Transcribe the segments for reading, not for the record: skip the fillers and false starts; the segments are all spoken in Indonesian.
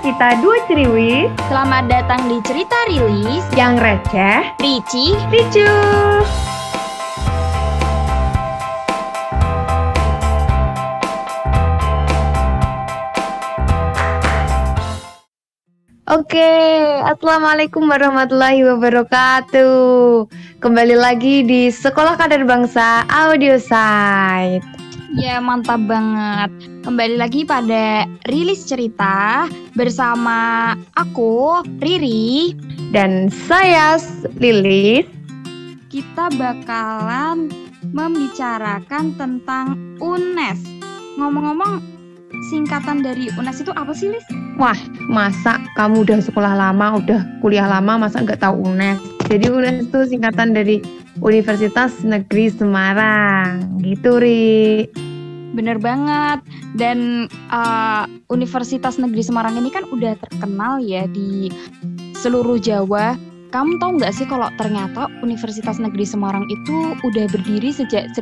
kita dua ceriwis. Selamat datang di Cerita Rilis Yang receh, Rici, ricu. Oke, assalamualaikum warahmatullahi wabarakatuh. Kembali lagi di Sekolah Kadar Bangsa Audio Site. Ya mantap banget. Kembali lagi pada Rilis Cerita bersama aku, Riri. Dan saya Lilis. Kita bakalan membicarakan tentang UNES. Ngomong-ngomong, singkatan dari UNES itu apa sih, Lis? Wah, masa kamu udah sekolah lama, udah kuliah lama, masa nggak tahu UNES? Jadi UNES itu singkatan dari Universitas Negeri Semarang, gitu, Ri. Bener banget. Dan Universitas Negeri Semarang ini kan udah terkenal ya di seluruh Jawa. Kamu tahu nggak sih kalau ternyata Universitas Negeri Semarang itu udah berdiri sejak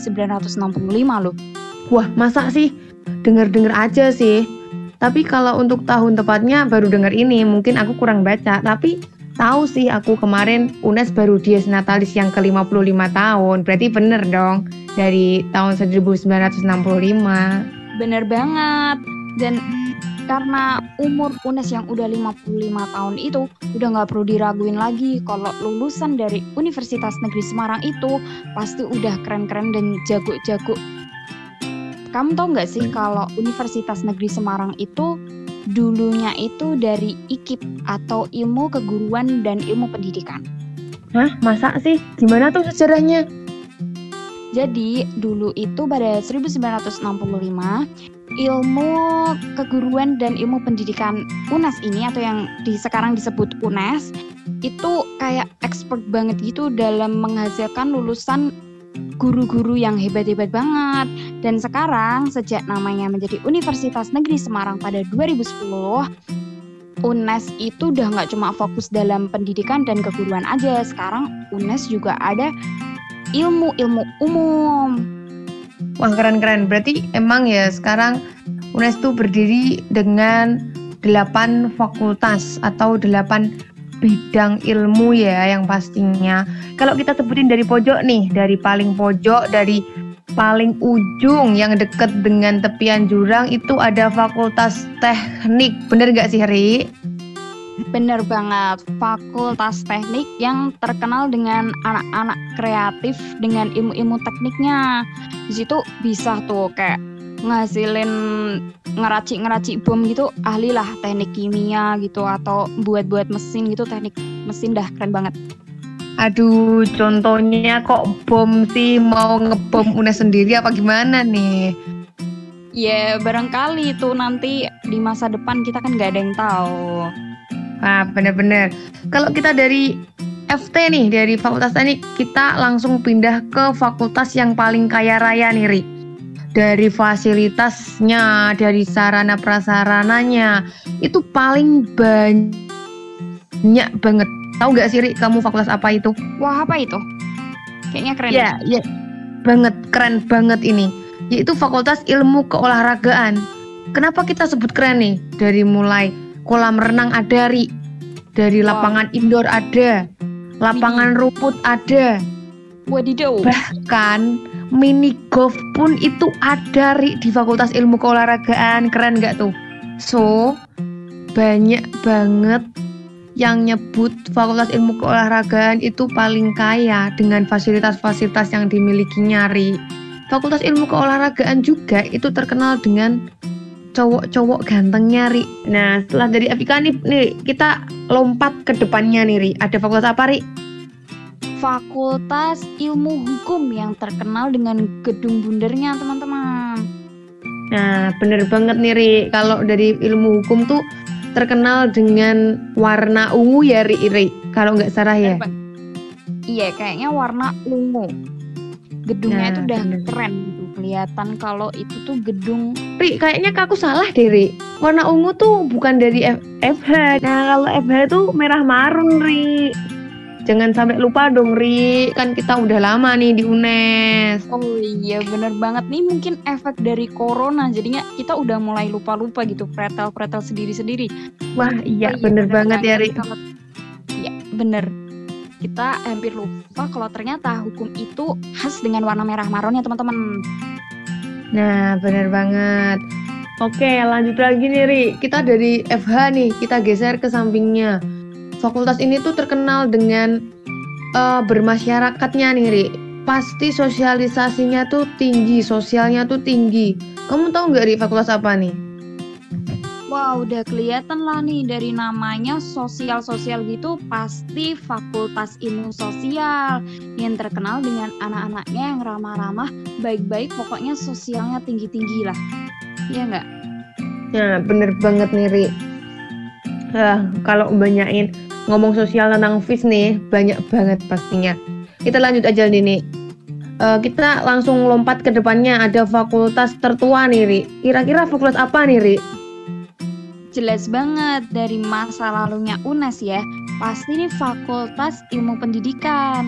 1965 loh. Wah, masa sih? Dengar-dengar aja sih. Tapi kalau untuk tahun tepatnya baru dengar ini, mungkin aku kurang baca. Tapi tahu sih aku kemarin UNES baru dies natalis yang ke-55 tahun. Berarti bener dong, dari tahun 1965. Bener banget. Dan karena umur UNES yang udah 55 tahun itu udah nggak perlu diraguin lagi kalau lulusan dari Universitas Negeri Semarang itu pasti udah keren-keren dan jago-jago. Kamu tahu nggak sih kalau Universitas Negeri Semarang itu dulunya itu dari IKIP atau Ilmu Keguruan dan Ilmu Pendidikan. Hah? Masa sih? Gimana tuh sejarahnya? Jadi dulu itu pada 1965 Ilmu Keguruan dan Ilmu Pendidikan UNES ini atau yang sekarang disebut UNES itu kayak expert banget gitu dalam menghasilkan lulusan guru-guru yang hebat-hebat banget. Dan sekarang sejak namanya menjadi Universitas Negeri Semarang pada 2010, UNES itu udah nggak cuma fokus dalam pendidikan dan keguruan aja. Sekarang UNES juga ada ilmu-ilmu umum. Wah, keren-keren. Berarti emang ya sekarang UNES tuh berdiri dengan 8 fakultas atau 8 bidang ilmu ya yang pastinya. Kalau kita sebutin dari pojok nih, dari paling pojok, dari paling ujung yang deket dengan tepian jurang itu ada Fakultas Teknik. Bener gak sih, Ri? Bener banget, Fakultas Teknik yang terkenal dengan anak-anak kreatif dengan ilmu-ilmu tekniknya. Di situ bisa tuh kayak ngasilin ngeracik bom gitu, ahli lah teknik kimia gitu, atau buat mesin gitu, teknik mesin dah keren banget. Aduh, contohnya kok bom sih, mau ngebom UNES sendiri apa gimana nih? Ya barangkali itu nanti di masa depan kita kan nggak ada yang tahu. Ah, bener-bener. Kalau kita dari FT nih, dari Fakultas Teknik, kita langsung pindah ke fakultas yang paling kaya raya nih, Ri. Dari fasilitasnya, dari sarana prasarananya, itu paling banyak banget. Tahu gak sih, Ri, kamu fakultas apa itu? Wah, apa itu? Kayaknya keren. Ya, banget, keren banget ini. Yaitu Fakultas Ilmu Keolahragaan. Kenapa kita sebut keren nih? Dari mulai kolam renang ada, Ri. Dari lapangan indoor ada. Lapangan rumput ada. Wadidaw. Bahkan mini golf pun itu ada, Ri, di Fakultas Ilmu Keolahragaan. Keren gak tuh? So, banyak banget yang nyebut Fakultas Ilmu Keolahragaan itu paling kaya dengan fasilitas-fasilitas yang dimilikinya, Ri. Fakultas Ilmu Keolahragaan juga itu terkenal dengan cowok-cowok gantengnya, Ri. Nah, setelah dari FIK nih, kita lompat ke depannya nih, Ri. Ada fakultas apa, Ri? Fakultas Ilmu Hukum yang terkenal dengan gedung bundernya, teman-teman. Nah, bener banget nih, Ri. Kalau dari ilmu hukum tuh terkenal dengan warna ungu ya, Ri. Kalau nggak salah ya. Iya, kayaknya warna ungu. Gedungnya itu udah bener. keren gitu. Kelihatan kalau itu tuh gedung. Ri, kayaknya aku salah deh, Ri. Warna ungu tuh bukan dari FH. Nah, kalau FH tuh merah marun, Ri. Jangan sampai lupa dong, Ri. Kan kita udah lama nih di UNES. Oh iya bener banget nih, mungkin efek dari corona jadinya kita udah mulai lupa-lupa gitu, pretel-pretel sendiri-sendiri. Wah, iya, Oh bener banget ya, Ri. Iya bener, kita hampir lupa kalau ternyata hukum itu khas dengan warna merah marron ya teman-teman. Nah, bener banget. Oke, lanjut lagi nih, Ri. Kita dari FH nih, kita geser ke sampingnya. Fakultas ini tuh terkenal dengan bermasyarakatnya nih, Ri. Pasti sosialisasinya tuh tinggi, sosialnya tuh tinggi. Kamu tahu nggak, Ri, fakultas apa nih? Wah udah kelihatan lah nih dari namanya sosial-sosial gitu, pasti Fakultas Ilmu Sosial yang terkenal dengan anak-anaknya yang ramah-ramah, baik-baik, pokoknya sosialnya tinggi-tinggi lah. Iya nggak? Nah, bener banget nih, Ri. Kalau banyakin ngomong sosial tentang FIS nih, banyak banget pastinya. Kita lanjut aja nih. Kita langsung lompat ke depannya, ada fakultas tertua nih, Ri. Kira-kira fakultas apa nih, Ri? Jelas banget dari masa lalunya UNES ya, pasti nih Fakultas Ilmu Pendidikan.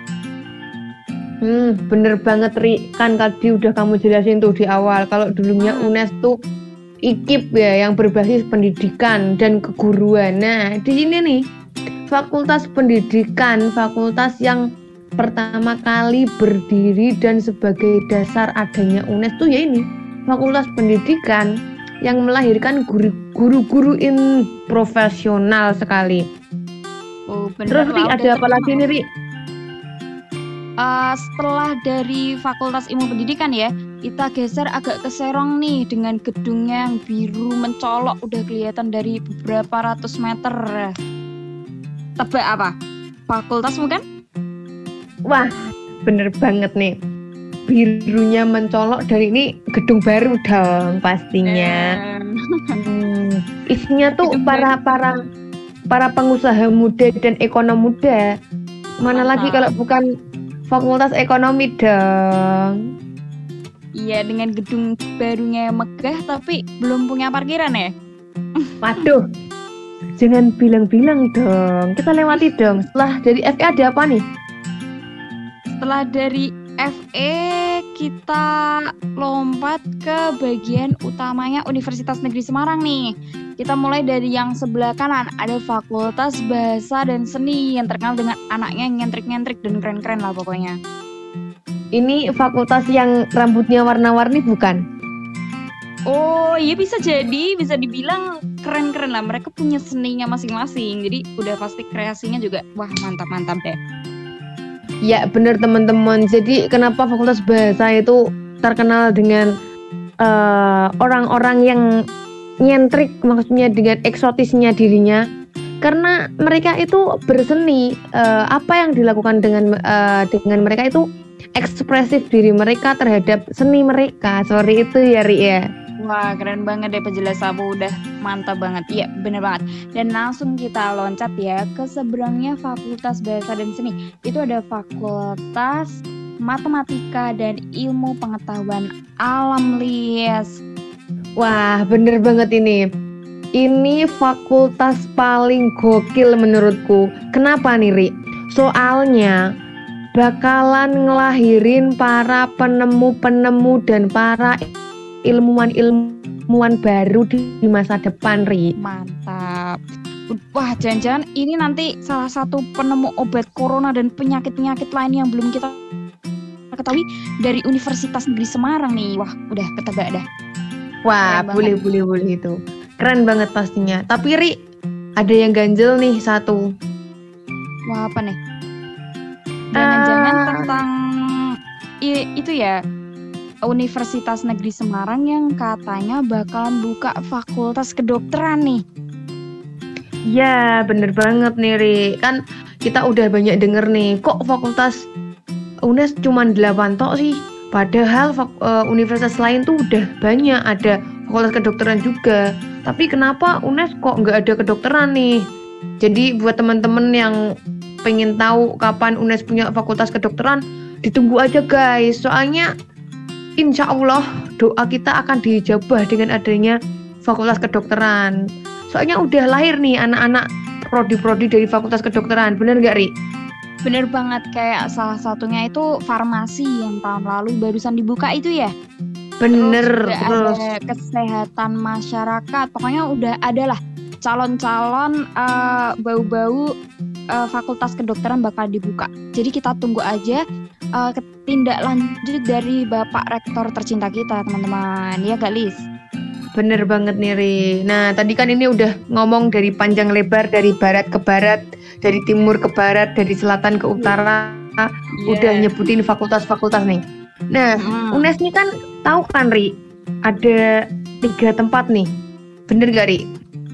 Bener banget, Ri. Kan tadi udah kamu jelasin tuh di awal, kalau dulunya UNES tuh IKIP ya, yang berbasis pendidikan dan keguruan. Nah, di sini nih, Fakultas Pendidikan, fakultas yang pertama kali berdiri dan sebagai dasar adanya UNES tuh ya ini, Fakultas Pendidikan yang melahirkan guru-guru profesional sekali. Oh, bener. Terus, Ri, ada apa lagi nih, Ri? Setelah dari Fakultas Ilmu Pendidikan ya, kita geser agak ke Serong nih dengan gedungnya yang biru mencolok, udah kelihatan dari beberapa ratus meter. Tebak apa? Fakultas bukan? Wah, bener banget nih. Birunya mencolok dari ini gedung baru dong pastinya. Isinya tuh para pengusaha muda dan ekonom muda. Mana lagi kalau bukan Fakultas Ekonomi dong. Iya, dengan gedung barunya yang megah tapi belum punya parkiran ya. Waduh, jangan bilang-bilang dong. Kita lewati dong. Setelah dari FE ada apa nih? Setelah dari FE kita lompat ke bagian utamanya Universitas Negeri Semarang nih. Kita mulai dari yang sebelah kanan, ada Fakultas Bahasa dan Seni yang terkenal dengan anaknya yang nyentrik-nyentrik dan keren-keren lah pokoknya. Ini fakultas yang rambutnya warna-warni bukan? Oh iya, bisa jadi, bisa dibilang keren-keren lah. Mereka punya seninya masing-masing, jadi udah pasti kreasinya juga wah mantap-mantap deh. Ya bener teman-teman. Jadi kenapa Fakultas Bahasa itu terkenal dengan orang-orang yang nyentrik, maksudnya dengan eksotisnya dirinya, karena mereka itu berseni. Apa yang dilakukan dengan mereka itu ekspresif diri mereka terhadap seni mereka. Seperti itu ya, Ri ya. Wah keren banget deh penjelasanmu, udah mantap banget. Iya bener banget. Dan langsung kita loncat ya ke seberangnya Fakultas Bahasa dan Seni. Itu ada Fakultas Matematika dan Ilmu Pengetahuan Alam, Lies. Wah, bener banget ini. Ini fakultas paling gokil menurutku. Kenapa nih, Ri? Soalnya bakalan ngelahirin para penemu-penemu dan para ilmuwan baru di masa depan, Ri. Mantap. Wah, jangan-jangan ini nanti salah satu penemu obat corona dan penyakit-penyakit lain yang belum kita ketahui dari Universitas Negeri Semarang nih. Wah, udah ketebak dah. Wah, boleh itu. Keren banget pastinya. Tapi, Ri, ada yang ganjel nih satu. Wah, apa nih? Jangan-jangan tentang itu ya, Universitas Negeri Semarang yang katanya bakalan buka fakultas kedokteran nih. Ya, bener banget nih, Ri. Kan kita udah banyak denger nih, kok fakultas UNES cuma 8 tok sih? Padahal universitas lain tuh udah banyak, ada fakultas kedokteran juga. Tapi kenapa UNES kok nggak ada kedokteran nih? Jadi buat teman-teman yang pengen tahu kapan UNES punya fakultas kedokteran, ditunggu aja guys. Soalnya insya Allah doa kita akan dijabah dengan adanya fakultas kedokteran. Soalnya udah lahir nih anak-anak prodi-prodi dari fakultas kedokteran, bener nggak, Ri? Bener banget, kayak salah satunya itu farmasi yang tahun lalu barusan dibuka itu ya. Terus Bener, juga ada terus kesehatan masyarakat. Pokoknya udah ada lah calon-calon bau-bau fakultas kedokteran bakal dibuka. Jadi kita tunggu aja tindak lanjut dari Bapak Rektor tercinta kita, teman-teman. Ya gak, Lis? bener banget nih Ri. Nah tadi kan ini udah ngomong dari panjang lebar, dari barat ke barat, dari timur ke barat, dari selatan ke utara, udah nyebutin fakultas-fakultas nih. Nah UNES nih kan tahu kan Ri, ada 3 tempat nih, bener gak Ri?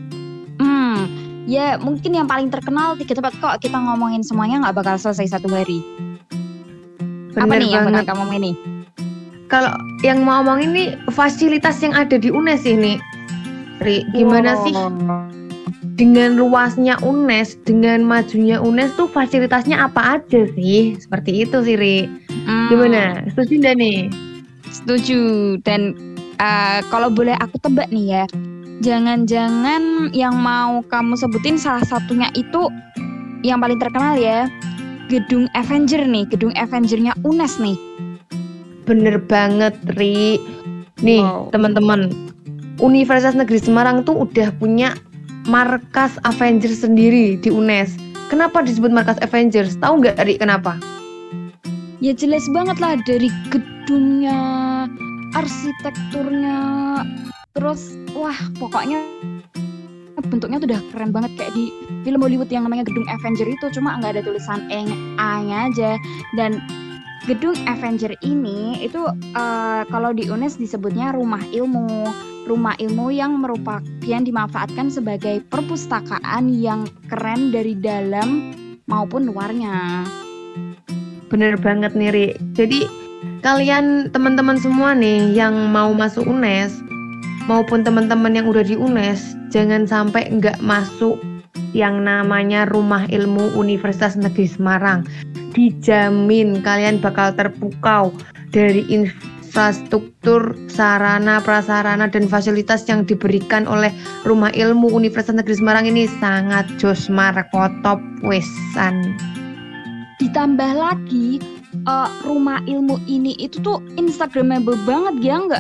Ya mungkin yang paling terkenal 3 tempat, kok kita ngomongin semuanya nggak bakal selesai 1 hari. Bener apa nih yang banget. bakal kamu ngomongin nih? Kalau yang mau ngomongin nih fasilitas yang ada di UNES ini, Ri, gimana sih dengan luasnya UNES, dengan majunya UNES tuh fasilitasnya apa aja sih? Seperti itu sih, Ri. Gimana? Setuju nggak nih? Setuju. Dan kalau boleh aku tebak nih ya, jangan-jangan yang mau kamu sebutin salah satunya itu yang paling terkenal ya, gedung Avenger nih, gedung Avengernya UNES nih. Bener banget, Ri. Nih, teman-teman, Universitas Negeri Semarang tuh udah punya markas Avengers sendiri di UNES. Kenapa disebut markas Avengers? Tahu nggak, Ri, kenapa? Ya jelas banget lah, dari gedungnya, arsitekturnya, terus wah pokoknya bentuknya tuh udah keren banget, kayak di film Hollywood yang namanya gedung Avenger itu, cuma nggak ada tulisan A-nya aja. Dan gedung Avenger ini itu kalau di UNES disebutnya rumah ilmu yang merupakan dimanfaatkan sebagai perpustakaan yang keren dari dalam maupun luarnya. Bener banget nih, Ri. Jadi kalian teman-teman semua nih yang mau masuk UNES maupun teman-teman yang udah di UNES, jangan sampai nggak masuk yang namanya Rumah Ilmu Universitas Negeri Semarang. Dijamin kalian bakal terpukau dari infrastruktur, sarana, prasarana, dan fasilitas yang diberikan oleh Rumah Ilmu Universitas Negeri Semarang ini sangat jos markotop wesan. Ditambah lagi Rumah Ilmu ini itu tuh instagramable banget ya nggak?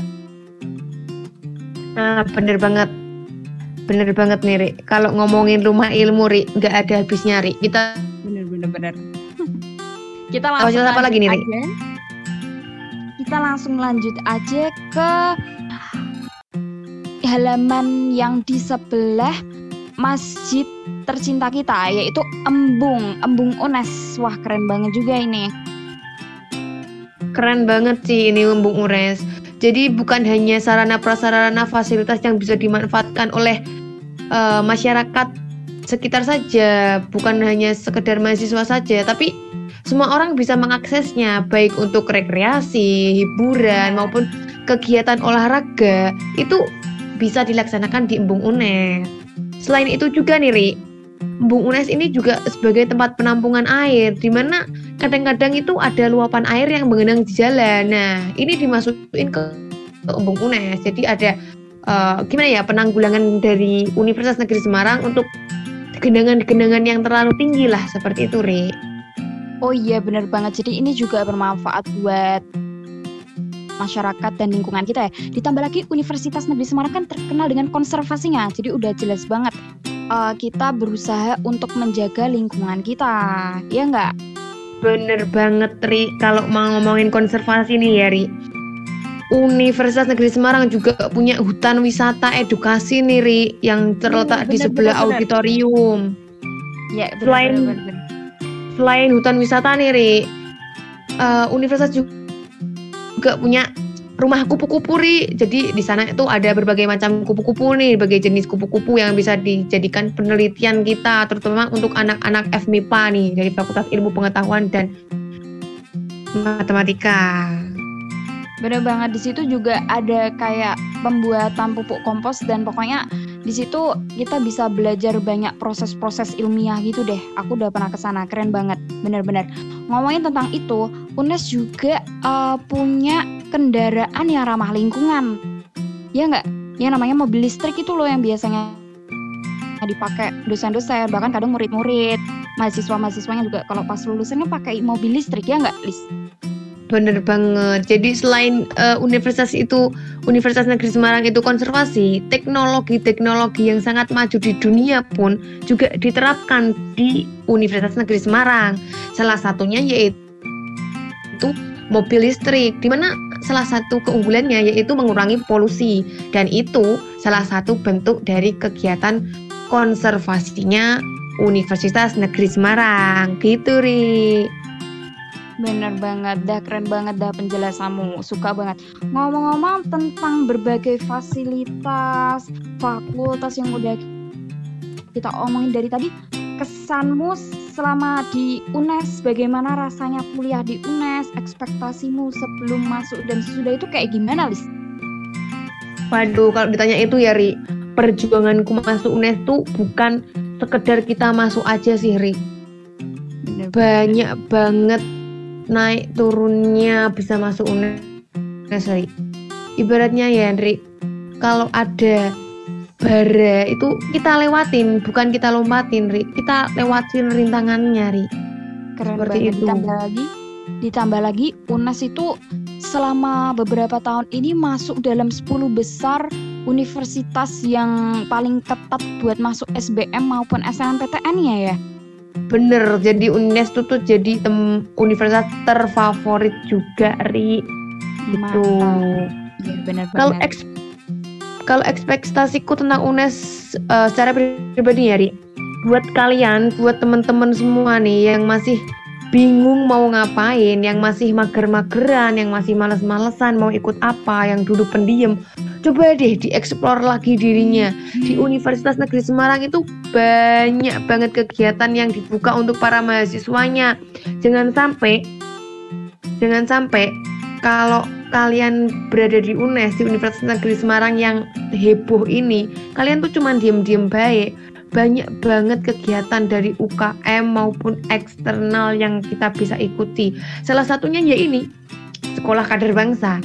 Nah bener banget nih Ri. Kalau ngomongin Rumah Ilmu Ri, nggak ada habisnya Ri. Kita bener. Kita langsung apa lagi nih, Ri? Kita langsung lanjut aja ke halaman yang di sebelah masjid tercinta kita, yaitu Embung UNES. Wah keren banget juga ini. Keren banget sih ini Embung UNES. Jadi bukan hanya sarana prasarana fasilitas yang bisa dimanfaatkan oleh masyarakat sekitar saja, bukan hanya sekedar mahasiswa saja, tapi semua orang bisa mengaksesnya, baik untuk rekreasi, hiburan, maupun kegiatan olahraga, itu bisa dilaksanakan di Embung UNES. Selain itu juga nih Ri, Embung UNES ini juga sebagai tempat penampungan air, di mana kadang-kadang itu ada luapan air yang menggenang di jalan. Nah, ini dimasukin ke Embung UNES. Jadi ada penanggulangan dari Universitas Negeri Semarang untuk genangan-genangan yang terlalu tinggi lah, seperti itu, Ri. Oh iya benar banget, jadi ini juga bermanfaat buat masyarakat dan lingkungan kita ya. Ditambah lagi Universitas Negeri Semarang kan terkenal dengan konservasinya, jadi udah jelas banget kita berusaha untuk menjaga lingkungan kita, ya nggak? Bener banget Ri, kalau mau ngomongin konservasi nih ya Ri, Universitas Negeri Semarang juga punya hutan wisata edukasi nih Ri, yang terletak di sebelah auditorium. Ya, bener. Selain hutan wisata nih Ri, Universitas juga punya rumah kupu-kupu Ri. Jadi di sana itu ada berbagai macam kupu-kupu nih, berbagai jenis kupu-kupu yang bisa dijadikan penelitian kita, terutama untuk anak-anak FMIPA nih dari Fakultas Ilmu Pengetahuan dan Matematika. Bener banget, di situ juga ada kayak pembuatan pupuk kompos, dan pokoknya di situ kita bisa belajar banyak proses-proses ilmiah gitu deh. Aku udah pernah kesana, keren banget, bener-bener. Ngomongin tentang itu, UNES juga punya kendaraan yang ramah lingkungan, ya nggak? Yang namanya mobil listrik itu loh, yang biasanya dipakai dosen-dosen, bahkan kadang murid-murid, mahasiswa-mahasiswanya juga kalau pas lulusannya pakai mobil listrik, ya nggak, Lis? Bener banget. Jadi selain universitas Negeri Semarang itu konservasi, teknologi yang sangat maju di dunia pun juga diterapkan di Universitas Negeri Semarang. Salah satunya yaitu mobil listrik, di mana salah satu keunggulannya yaitu mengurangi polusi, dan itu salah satu bentuk dari kegiatan konservasinya Universitas Negeri Semarang. Gitu, Ri. Bener banget, dah keren banget dah penjelasanmu, suka banget. Ngomong-ngomong tentang berbagai fasilitas, fakultas yang udah kita omongin dari tadi, kesanmu selama di UNES, bagaimana rasanya kuliah di UNES, ekspektasimu sebelum masuk dan sesudah itu kayak gimana, Lis? Waduh, kalau ditanya itu ya, Ri, perjuanganku masuk UNES tuh bukan sekedar kita masuk aja sih, Ri. Banyak banget naik turunnya bisa masuk UNES, Ri. Ibaratnya ya, Ri, kalau ada bara itu kita lewatin, bukan kita lompatin, Ri. Kita lewatin rintangannya, Ri. Keren Seperti banget. itu. Ditambah lagi UNES itu selama beberapa tahun ini masuk dalam 10 besar universitas yang paling ketat buat masuk SBM maupun SNMPTN-nya ya. Bener, jadi UNES tuh jadi universitas terfavorit juga, Ri. Gitu. Iya, benar banget. Kalau ekspektasiku tentang UNES secara pribadi ya, Ri, buat kalian, buat teman-teman semua nih yang masih bingung mau ngapain, yang masih mager-mageran, yang masih males-malesan mau ikut apa, yang dulu pendiam, coba deh dieksplor lagi dirinya. Di Universitas Negeri Semarang itu banyak banget kegiatan yang dibuka untuk para mahasiswanya. Jangan sampai kalau kalian berada di UNES, di Universitas Negeri Semarang yang heboh ini, kalian tuh cuma diem-diem baik. Banyak banget kegiatan dari UKM maupun eksternal yang kita bisa ikuti. Salah satunya ya ini, Sekolah Kader Bangsa.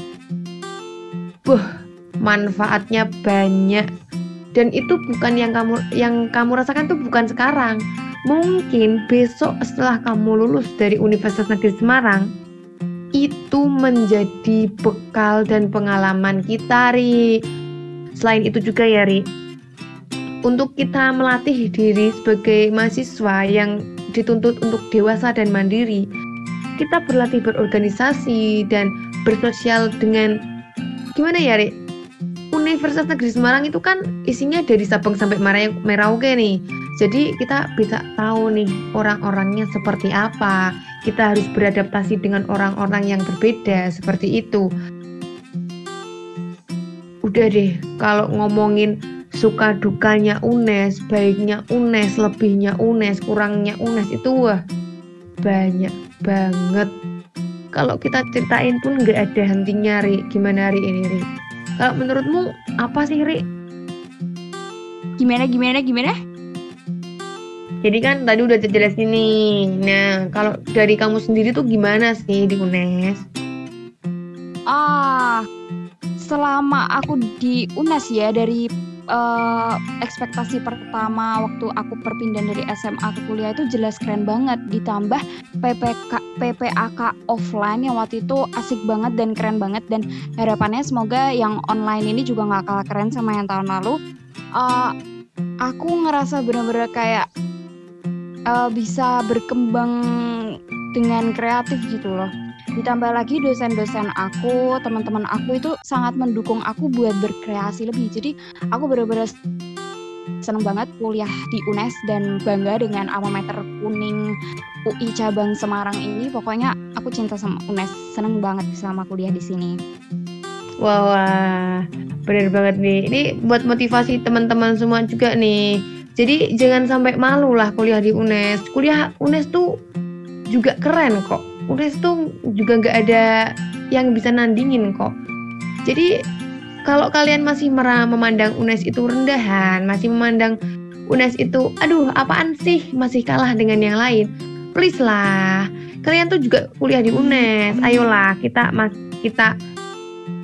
Manfaatnya banyak. Dan itu bukan yang kamu rasakan tuh bukan sekarang. Mungkin besok setelah kamu lulus dari Universitas Negeri Semarang, itu menjadi bekal dan pengalaman kita, Ri. Selain itu juga ya, Ri, untuk kita melatih diri sebagai mahasiswa yang dituntut untuk dewasa dan mandiri, kita berlatih berorganisasi dan bersosial dengan gimana ya, Ri? Universitas Negeri Semarang itu kan isinya dari Sabang sampai Merauke nih. Jadi kita bisa tahu nih orang-orangnya seperti apa. Kita harus beradaptasi dengan orang-orang yang berbeda seperti itu. Udah deh, kalau ngomongin suka dukanya UNES, baiknya UNES, lebihnya UNES, kurangnya UNES itu banyak banget. Kalau kita ceritain pun nggak ada hentinya, Ri. Gimana, Ri, ini, Ri? Kalau menurutmu apa sih, Ri? Gimana? Jadi kan tadi udah jelasin nih. Nah, kalau dari kamu sendiri tuh gimana sih di UNES? Selama aku di UNES ya, dari ekspektasi pertama waktu aku perpindahan dari SMA ke kuliah itu jelas keren banget. Ditambah PPAK offline yang waktu itu asik banget dan keren banget, dan harapannya semoga yang online ini juga gak kalah keren sama yang tahun lalu. Aku ngerasa bener-bener kayak bisa berkembang dengan kreatif gitu loh. Ditambah lagi dosen-dosen aku, teman-teman aku itu sangat mendukung aku buat berkreasi lebih. Jadi aku benar-benar seneng banget kuliah di UNES dan bangga dengan alma mater kuning UI cabang Semarang ini. Pokoknya aku cinta sama UNES, seneng banget selama kuliah di sini. Wah, benar banget nih. Ini buat motivasi teman-teman semua juga nih. Jadi jangan sampai malu lah kuliah di UNES. Kuliah UNES tuh juga keren kok. UNES tuh juga nggak ada yang bisa nandingin kok. Jadi kalau kalian masih memandang UNES itu rendahan, masih memandang UNES itu aduh apaan sih, masih kalah dengan yang lain, please lah, kalian tuh juga kuliah di UNES. Ayolah kita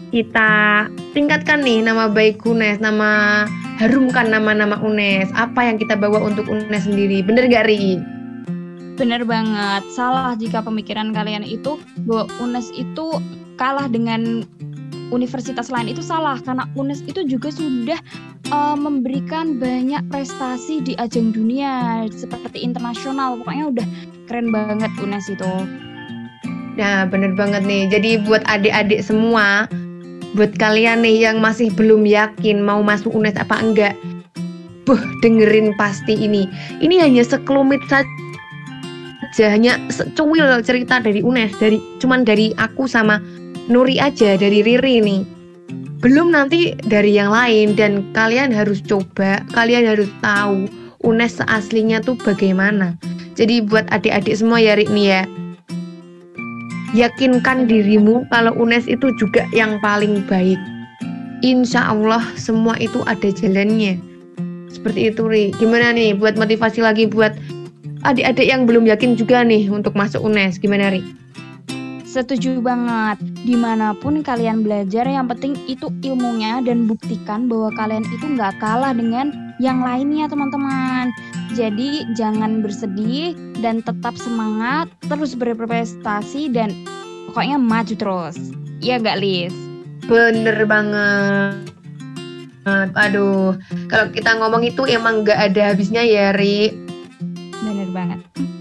kita tingkatkan nih nama baik UNES, harumkan nama-nama UNES. Apa yang kita bawa untuk UNES sendiri? Bener gak, Ri? Bener banget. Salah jika pemikiran kalian itu bahwa UNES itu kalah dengan universitas lain, itu salah, karena UNES itu juga sudah memberikan banyak prestasi di ajang dunia seperti internasional. Pokoknya udah keren banget UNES itu. Nah, bener banget nih. Jadi buat adik-adik semua, buat kalian nih yang masih belum yakin mau masuk UNES apa enggak, dengerin pasti ini. Ini hanya sekelumit saja, hanya secuil cerita dari UNES, cuman dari aku sama Nuri aja, dari Riri nih. Belum nanti dari yang lain, dan kalian harus coba, kalian harus tahu UNES aslinya tuh bagaimana. Jadi buat adik-adik semua ya, Rik nih ya, yakinkan dirimu kalau UNES itu juga yang paling baik. Insya Allah semua itu ada jalannya. Seperti itu, Ri. Gimana nih buat motivasi lagi buat adik-adik yang belum yakin juga nih untuk masuk UNES? Gimana, Ri? Setuju banget. Dimanapun kalian belajar, yang penting itu ilmunya, dan buktikan bahwa kalian itu nggak kalah dengan yang lainnya, teman-teman. Jadi jangan bersedih dan tetap semangat, terus berprestasi, dan pokoknya maju terus. Iya nggak, Lis? Bener banget. Aduh, kalau kita ngomong itu emang nggak ada habisnya ya, Ri. Bener banget.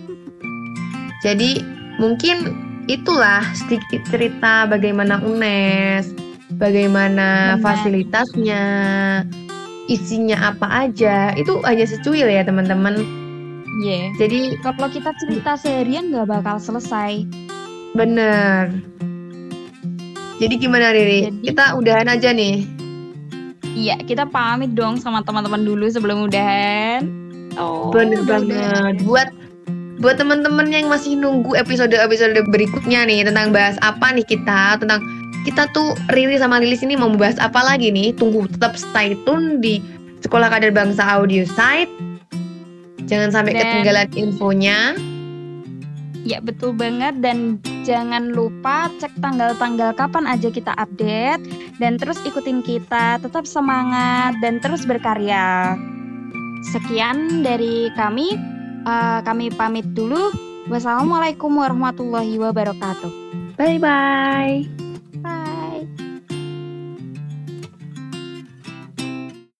Jadi mungkin itulah sedikit cerita bagaimana UNES, bagaimana fasilitasnya, isinya apa aja. Itu hanya secuil ya, teman-teman. Yeah. Jadi kalau kita cerita seharian nggak bakal selesai. Bener. Jadi gimana, Riri? Kita udahan aja nih. Iya, kita pamit dong sama teman-teman dulu sebelum udahan. Bener banget. Buat teman-teman yang masih nunggu episode-episode berikutnya nih tentang bahas apa nih kita tuh Riri sama Lilis ini mau bahas apa lagi nih? Tunggu, tetap stay tune di Sekolah Kader Bangsa Audio Site. Jangan sampai ketinggalan infonya. Ya, betul banget, dan jangan lupa cek tanggal-tanggal kapan aja kita update, dan terus ikutin kita, tetap semangat dan terus berkarya. Sekian dari kami pamit dulu. Wassalamualaikum warahmatullahi wabarakatuh. Bye-bye.